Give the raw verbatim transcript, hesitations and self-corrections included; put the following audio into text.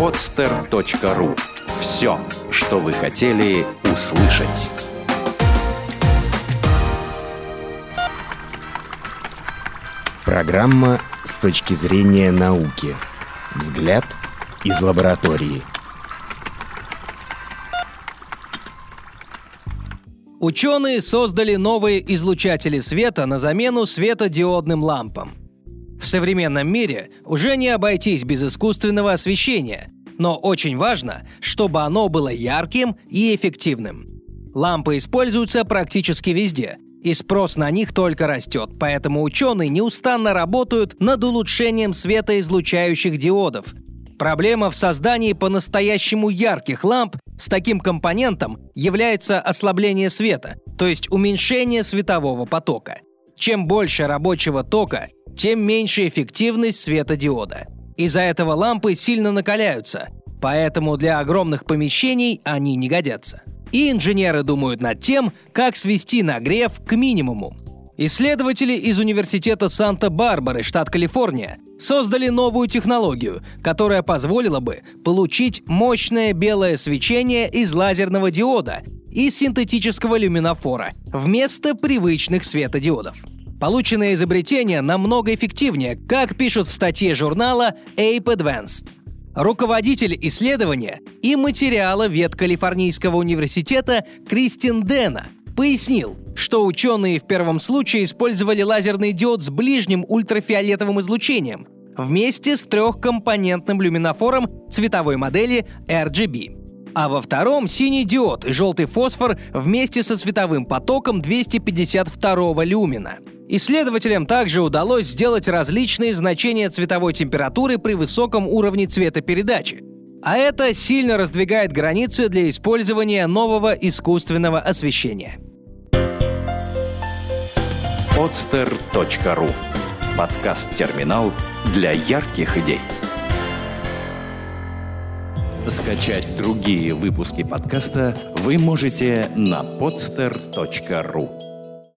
подстер точка ру. Все, что вы хотели услышать. Программа с точки зрения науки. Взгляд из лаборатории. Ученые создали новые излучатели света на замену светодиодным лампам. В современном мире уже не обойтись без искусственного освещения, но очень важно, чтобы оно было ярким и эффективным. Лампы используются практически везде, и спрос на них только растет, поэтому ученые неустанно работают над улучшением светоизлучающих диодов. Проблема в создании по-настоящему ярких ламп с таким компонентом является ослабление света, то есть уменьшение светового потока. Чем больше рабочего тока, тем меньше эффективность светодиода. Из-за этого лампы сильно накаляются, поэтому для огромных помещений они не годятся. И инженеры думают над тем, как свести нагрев к минимуму. Исследователи из Университета Санта-Барбары, штат Калифорния, создали новую технологию, которая позволила бы получить мощное белое свечение из лазерного диода и синтетического люминофора вместо привычных светодиодов. Полученное изобретение намного эффективнее, как пишут в статье журнала Ape Advanced. Руководитель исследования и материала вет Калифорнийского университета Кристин Дэна пояснил, что ученые в первом случае использовали лазерный диод с ближним ультрафиолетовым излучением вместе с трехкомпонентным люминофором цветовой модели эр джи би. А во втором — синий диод и желтый фосфор вместе со световым потоком двести пятьдесят второго люмена. Исследователям также удалось сделать различные значения цветовой температуры при высоком уровне цветопередачи. А это сильно раздвигает границы для использования нового искусственного освещения. подстер точка ру. Подкаст-терминал для ярких идей. Скачать другие выпуски подкаста вы можете на подстер точка ру.